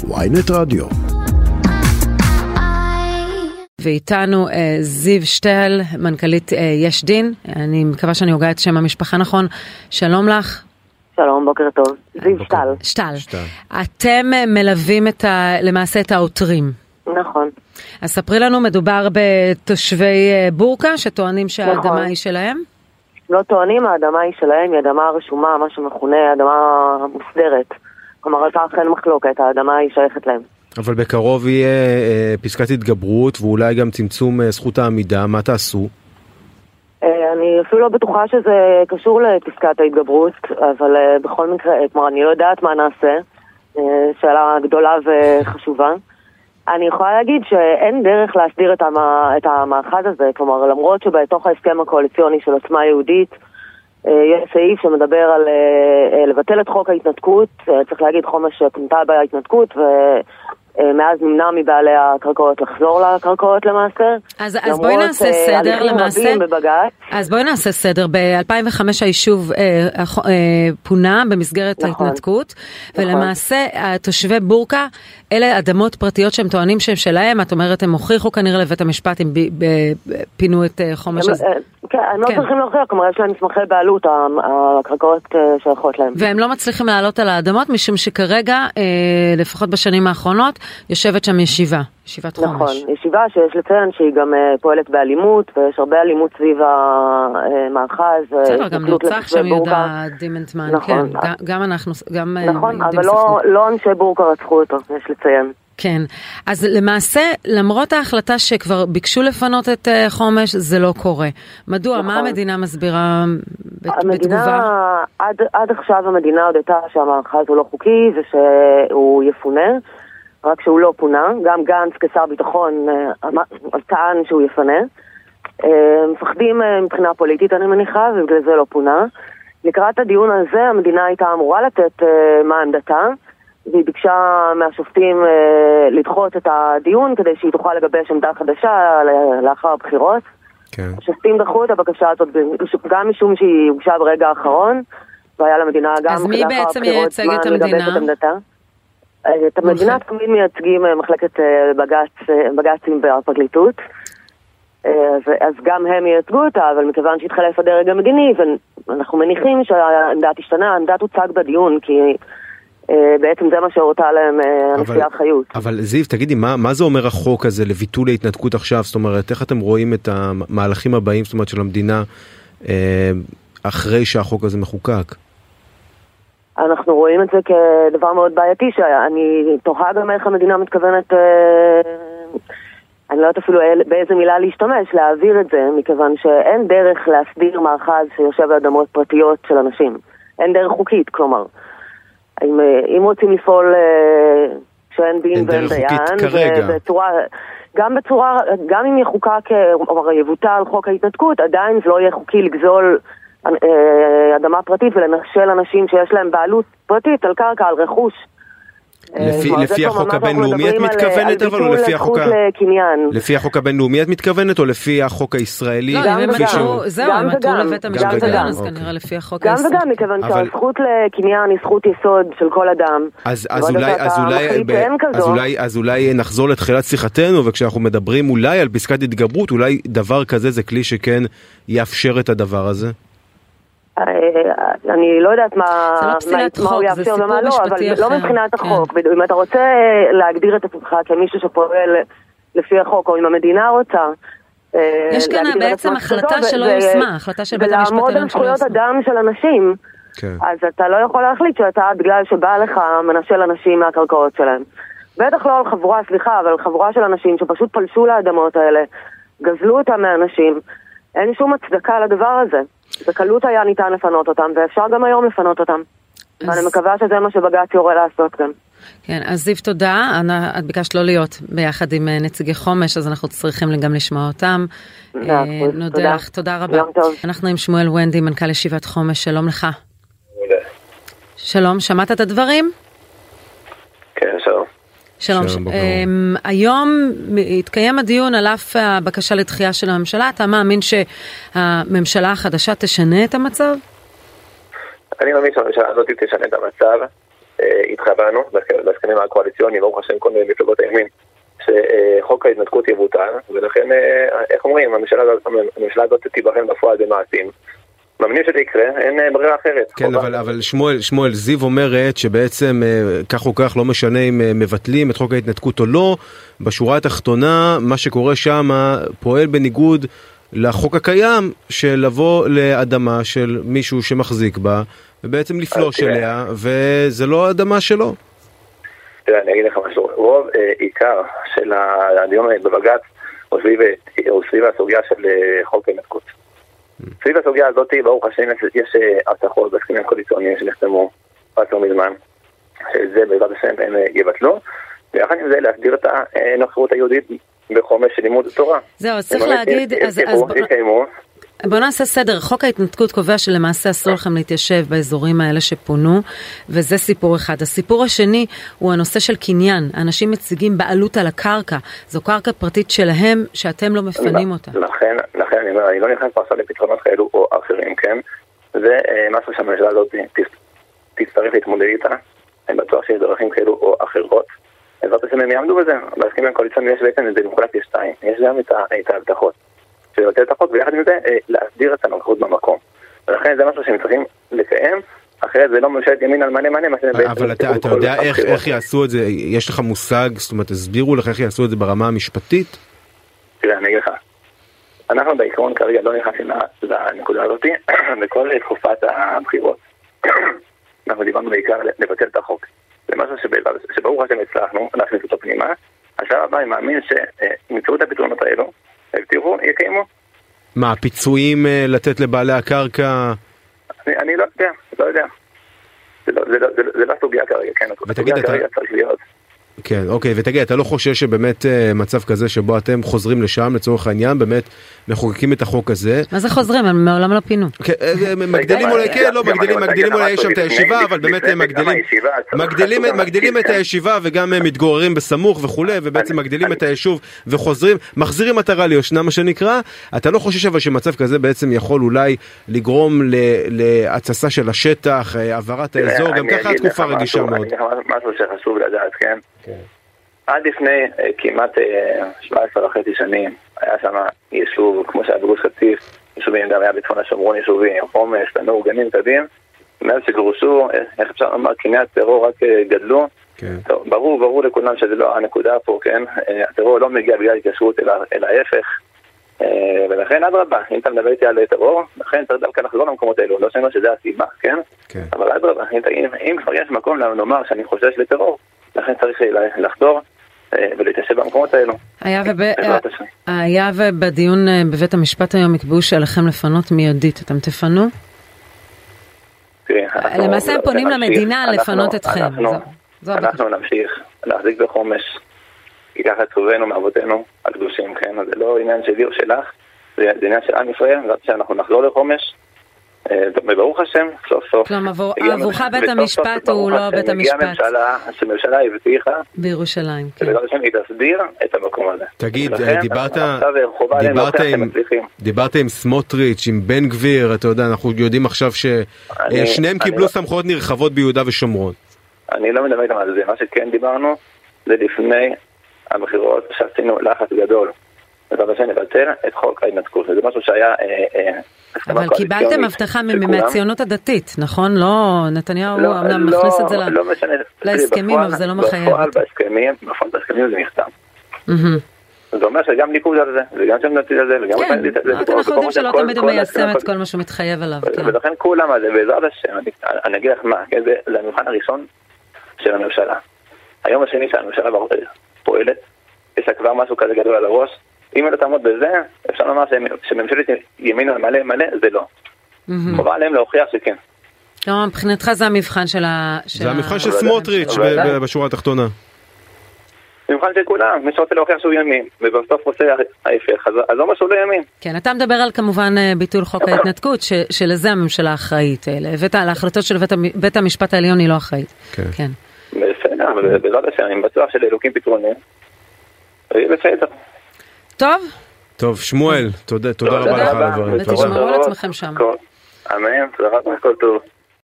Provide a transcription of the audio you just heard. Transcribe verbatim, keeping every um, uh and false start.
וויינט רדיו. ואיתנו זיו שטל, מנכ"לית יש דין. אני מקווה שאני הוגעה את שם המשפחה נכון. שלום לך. שלום, בוקר טוב. זיו שטל. שטל. אתם מלווים את ה, למעשה את העותרים. נכון. אז ספרי לנו, מדובר בתושבי בורקה שטוענים שהאדמה נכון. היא שלהם? לא טוענים, האדמה היא שלהם, היא אדמה רשומה, מה שמכונה אדמה מוסדרת. כלומר, על כך אין מחלוקת, האדמה היא שייכת להם. אבל בקרוב יהיה אה, פסקת התגברות ואולי גם צמצום אה, זכות העמידה, מה תעשו? אה, אני אפילו לא בטוחה שזה קשור לפסקת ההתגברות, אבל אה, בכל מקרה, כלומר, אני לא יודעת מה נעשה, אה, שאלה גדולה וחשובה. אני יכולה להגיד שאין דרך להסדיר את, המה, את המאחז הזה, כלומר, למרות שבתוך ההסכם הקואליציוני של עוצמה יהודית, יש סעיף שמדבר על לבטל את חוק ההתנתקות, צריך להגיד חומש פונתה בהתנתקות, ומאז נמנע מבעלי הקרקעות לחזור לקרקעות למעשה. אז, אז בואי נעשה סדר למעשה. אז בואי נעשה סדר. ב-אלפיים וחמש היישוב אה, אה, פונה במסגרת נכון, ההתנתקות, נכון. ולמעשה תושבי בורקה, אלה אדמות פרטיות שהם טוענים שהם שלהם, את אומרת, הם הוכיחו כנראה לבית המשפט, אם פינו את חומש הזה. כן, הם לא צריכים להוכיח, כלומר יש להם מסמכי בעלות, הקרקעות שייכות להם. והם לא מצליחים לעלות על האדמות, משום שכרגע, לפחות בשנים האחרונות, יושבת שם ישיבה, ישיבת חומש. נכון, ישיבה שיש לציין שהיא גם פועלת באלימות, ויש הרבה אלימות סביב המאחז. בסדר, גם נרצח שם יהודה דימנטמן, כן, גם אנחנו, גם... נכון, אבל לא אנשי בורקה רצחו אותו, יש לציין. כן, אז למעשה, למרות ההחלטה שכבר ביקשו לפנות את חומש, זה לא קורה. מדוע? נכון. מה המדינה מסבירה המדינה, בתגובה? עד, עד עכשיו המדינה הודתה שהמאחז הוא לא חוקי ושהוא יפונה, רק שהוא לא פונה. גם גנץ כשר ביטחון טען שהוא יפנה. מפחדים מבחינה פוליטית אני מניחה, ובגלל זה לא פונה. לקראת הדיון הזה המדינה הייתה אמורה לתת מה עמדתה, והיא ביקשה מהשופטים אה, לדחות את הדיון כדי שהיא תוכל לגבש עמדה חדשה לאחר הבחירות. כן. השופטים דחו את הבקשה הזאת גם משום שהיא הוגשה ברגע האחרון, והיה למדינה גם אז מי בעצם ייצג את המדינה? את עמדתה. את המדינה תמיד מייצגים מחלקת בג"ץ, בג"צים בפרקליטות, אז גם הם ייצגו אותה, אבל מכיוון שהתחלף הדרג המדיני, ואנחנו מניחים שהעמדה תשתנה, העמדה תוצג בדיון, כי בעצם זה מה שהורתה להם הנשיאה חיות. אבל זיו, תגידי, מה, מה זה אומר החוק הזה לביטול ההתנתקות עכשיו? זאת אומרת, איך אתם רואים את המהלכים הבאים, זאת אומרת, של המדינה אחרי שהחוק הזה מחוקק? אנחנו רואים את זה כדבר מאוד בעייתי, שאני תוהה גם איך המדינה מתכוונת, אני לא יודעת אפילו באיזה מילה להשתמש, להעביר את זה, מכיוון שאין דרך להסדיר מאחז שיושב באדמות פרטיות של אנשים. אין דרך חוקית, כלומר. אם, אם רוצים לפעול שאין דין ואין דיין, ובצורה, גם בצורה, גם אם יחוקק או יבוטל חוק ההתנתקות, עדיין זה לא יהיה חוקי לגזול אדמה פרטית ולנשל אנשים שיש להם בעלות פרטית על קרקע, על רכוש. לפי החוק הבינלאומי את מתכוונת, אבל או לפי החוק לפי החוק הבינלאומי את מתכוונת, או לפי החוק הישראלי? זהו, הם עתרו לבית המשפט העליון, אז כנראה לפי החוק הישראלי. גם וגם, מכיוון שהזכות לקניין היא זכות יסוד של כל אדם. אז אולי נחזור לתחילת שיחתנו, וכשאנחנו מדברים אולי על פסקת התגברות, אולי דבר כזה זה כלי שכן יאפשר את הדבר הזה? אני לא יודעת מה הוא יאפשר ומה לא, אבל לא מבחינת החוק. אם אתה רוצה להגדיר את עצמך כמישהו שפועל לפי החוק, או אם המדינה רוצה, יש כאן בעצם החלטה שלא יושמה, החלטה של בית המשפט ולעמוד על זכויות אדם של אנשים, אז אתה לא יכול להחליט שאתה, בגלל שבא לך, מנשל אנשים מהקרקעות שלהם. בטח לא על חבורה, סליחה, אבל חבורה של אנשים שפשוט פלשו לאדמות האלה, גזלו אותם מאנשים, אין שום הצדקה לדבר הזה. בקלות היה ניתן לפנות אותם, ואפשר גם היום לפנות אותם. אז... ואני מקווה שזה מה שבג"ץ יורה לעשות גם. כן, אז זיו, תודה. אני, את ביקשת לא להיות ביחד עם נציגי חומש, אז אנחנו צריכים גם לשמוע אותם. אה, נודה תודה. לך, תודה רבה. יום טוב. אנחנו עם שמואל ונדי, מנכ"ל ישיבת חומש, שלום לך. שלום, שמעת את הדברים? כן, שלום. שלום. שלום um, היום התקיים הדיון על אף הבקשה לדחייה של הממשלה. אתה מאמין שהממשלה החדשה תשנה את המצב? אני מאמין שהממשלה הזאת תשנה את המצב. התחברנו בהסכמים הקואליציוניים, ברוך השם כל מפלגות הימין, שחוק ההתנתקות יבוטל, ולכן, איך אומרים, הממשלה, הממשלה הזאת תיבחן בפועל במעשים. מאמינים שזה יקרה, אין ברירה אחרת. כן, אבל, אבל שמואל, שמואל, זיו אומרת שבעצם כך או כך לא משנה אם מבטלים את חוק ההתנתקות או לא, בשורה התחתונה, מה שקורה שם פועל בניגוד לחוק הקיים של לבוא לאדמה של מישהו שמחזיק בה, ובעצם לפלוש אליה, וזה לא האדמה שלו. תראה, אני אגיד לך משהו. רוב עיקר של הדיון בבג"ץ הוא סביב הסוגיה של חוק ההתנתקות. סביב הסוגיה הזאת, ברוך השם, יש הבטחות בהסכמים הקואליציוניים שנחתמו רק לא מזמן, שזה בעזרת השם הם יבטלו, ויחד עם זה להסדיר את הנוכחות היהודית בחומש של לימוד תורה. זהו, צריך להגיד, אז בוא נעשה סדר. חוק ההתנתקות קובע שלמעשה אסור לכם להתיישב באזורים האלה שפונו, וזה סיפור אחד. הסיפור השני הוא הנושא של קניין. אנשים מציגים בעלות על הקרקע. זו קרקע פרטית שלהם שאתם לא מפנים אותה. לכן, לכן אני אומר, אני לא נכנס פרסה לפתרונות כאלו או אחרים, כן? זה משהו שהממשלה הזאת תצטרך להתמודד איתה. אני בטוח שיש דרכים כאלו או אחרות. בעזרת השם הם יעמדו בזה. בהסכמים הקואליציוניים יש בעצם איזה מחולק לשתיים. יש גם את ההבטחות. לבטל את החוק, ויחד עם זה להסדיר את הנוכחות במקום. ולכן זה משהו שהם צריכים לקיים, אחרת זה לא ממשלת ימין על מלא מלא. אבל אתה יודע איך יעשו את זה? יש לך מושג, זאת אומרת, הסבירו לך איך יעשו את זה ברמה המשפטית? תראה, אני אגיד לך. אנחנו בעיקרון כרגע לא נכנסים לנקודה הזאת, בכל תקופת הבחירות. אנחנו דיברנו בעיקר לבטל את החוק. זה משהו שברוך השם הצלחנו להכניס אותו פנימה. השלב הבא, אני מאמין שמצאו את הפתרונות האלו, הבטיחו, יקיימו. מה, פיצויים לתת לבעלי הקרקע? אני, אני לא יודע, לא יודע. זה לא, זה לא, זה לא, זה לא סוגיה כרגע, כן. ותגיד, אתה... צריך להיות. כן, אוקיי, ותגיד, אתה לא חושש שבאמת מצב כזה שבו אתם חוזרים לשם, לצורך העניין, באמת מחוקקים את החוק הזה? מה זה חוזרים? הם מעולם לא פינו. מגדילים אולי, כן, לא, מגדילים, מגדילים אולי שם את הישיבה, אבל באמת מגדילים, מגדילים את הישיבה וגם מתגוררים בסמוך וכולי, ובעצם מגדילים את היישוב וחוזרים, מחזירים מטרה ליושנה, מה שנקרא. אתה לא חושש אבל שמצב כזה בעצם יכול אולי לגרום להצסה של השטח, העברת האזור, גם ככה התקופה רגישה מאוד. משהו שחשוב לדעת, כן? עד לפני כמעט שבע עשרה וחצי שנים היה שם יישוב, כמו שהיה בגוש קטיף, יישובים גם היה בצפון השומרון, יישובים, חומש, תנור, גנים, תדים, מאז שגרושו, איך אפשר לומר, קני הטרור רק גדלו. טוב, ברור, ברור לכולם שזה לא הנקודה פה, כן? הטרור לא מגיע בגלל התיישבות, אלא ההפך. ולכן עד רבה, אם אתה מדבר איתי על טרור, לכן צריך דווקא לחזור למקומות האלו, לא שאומר שזה הסיבה, כן? אבל עד רבה, אם כבר יש מקום לומר שאני חושש לטרור, לכן צריך לחדור ולהתיישב במקומות האלו. היה ובדיון בבית המשפט היום יקבעו שעליכם לפנות מיידית, אתם תפנו? למעשה הם פונים למדינה לפנות אתכם. אנחנו נמשיך להחזיק בחומש, כי ככה צווינו מאבותינו הקדושים, כן? אז זה לא עניין שלי או שלך, זה עניין של עם ישראל, שאנחנו נחזור לחומש, וברוך השם, סוף סוף. כלומר, עבורך בית המשפט הוא לא בית המשפט. הגיעה ממשלה, שממשלה הבטיחה. בירושלים, כן. ובעזרת השם היא תסדיר את המקום הזה. תגיד, דיברת עם סמוטריץ', עם בן גביר, אתה יודע, אנחנו יודעים עכשיו ששניהם קיבלו סמכויות נרחבות ביהודה ושומרון. אני לא מדבר איתם על זה. מה שכן דיברנו, זה לפני הבחירות שעשינו לחץ גדול. בעזרת השם נבטל את חוק ההתנתקות. זה משהו שהיה... אבל קיבלתם הבטחה מהציונות הדתית, נכון? לא, נתניהו אמנם מכניס את זה להסכמים, אבל זה לא מחייב. בפועל בהסכמים, בפועל בהסכמים זה נחתם. זה אומר שגם ליכוד על זה, וגם שם נתיד על זה, וגם... כן, רק אנחנו יודעים שלא תמיד הוא מיישם את כל מה שהוא מתחייב עליו. ולכן כולם על זה, בעזרת השם, אני אגיד לך מה, זה המבחן הראשון של הממשלה. היום השני שהממשלה פועלת, יש לה כבר משהו כזה גדול על הראש, אם אתה תעמוד בזה, אפשר לומר שממשלת ימין על מלא מלא, זה לא. חובה עליהם להוכיח שכן. לא, מבחינתך זה המבחן של ה... זה המבחן של סמוטריץ' בשורה התחתונה. מבחן של כולם, מי שרוצה להוכיח שהוא ימין, ובסוף רוצה ההפך, אז לא משהו לא ימין. כן, אתה מדבר על כמובן ביטול חוק ההתנתקות, שלזה הממשלה אחראית, על ההחלטות של בית המשפט העליון היא לא אחראית. כן. בסדר, אבל בעזרת השם, אני בטוח שלאלוקים פתרונים, בסדר. טוב. טוב, שמואל, תודה, תודה רבה לך על הדברים. ותשמרו על עצמכם שם. אמן, תודה רבה, כל טוב.